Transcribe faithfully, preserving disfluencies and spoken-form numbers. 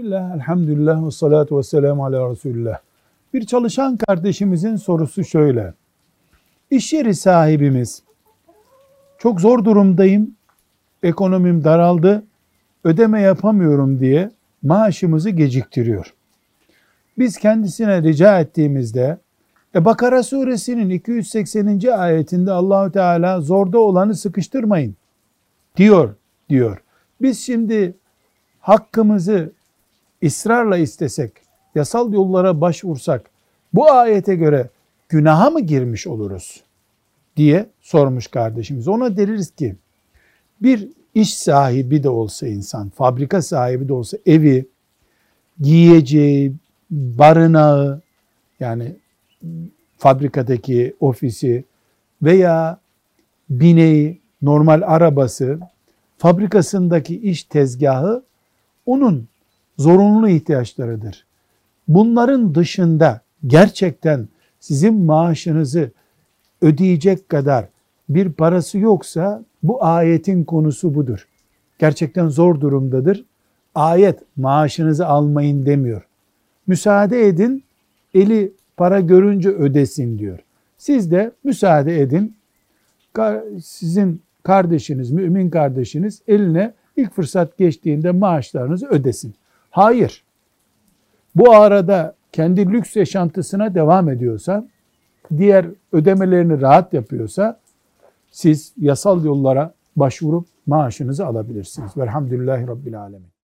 Bismillah, elhamdülillah ve salatu ve selamu ala Resulullah. Bir çalışan kardeşimizin sorusu şöyle. İş yeri sahibimiz, çok zor durumdayım, ekonomim daraldı, ödeme yapamıyorum diye maaşımızı geciktiriyor. Biz kendisine rica ettiğimizde, e Bakara suresinin iki yüz sekseninci ayetinde Allahu Teala zorda olanı sıkıştırmayın diyor, diyor. Biz şimdi hakkımızı ısrarla istesek, yasal yollara başvursak, bu ayete göre günaha mı girmiş oluruz diye sormuş kardeşimiz. Ona deriz ki, bir iş sahibi de olsa insan, fabrika sahibi de olsa evi, giyeceği, barınağı, yani fabrikadaki ofisi veya bineği, normal arabası, fabrikasındaki iş tezgahı onun zorunlu ihtiyaçlarıdır. Bunların dışında gerçekten sizin maaşınızı ödeyecek kadar bir parası yoksa bu ayetin konusu budur. Gerçekten zor durumdadır. Ayet maaşınızı almayın demiyor. Müsaade edin, eli para görünce ödesin diyor. Siz de müsaade edin, sizin kardeşiniz, mümin kardeşiniz eline ilk fırsat geçtiğinde maaşlarınızı ödesin. Hayır. Bu arada kendi lüks yaşantısına devam ediyorsa, diğer ödemelerini rahat yapıyorsa, siz yasal yollara başvurup maaşınızı alabilirsiniz. Velhamdülillahi Rabbil Alemin.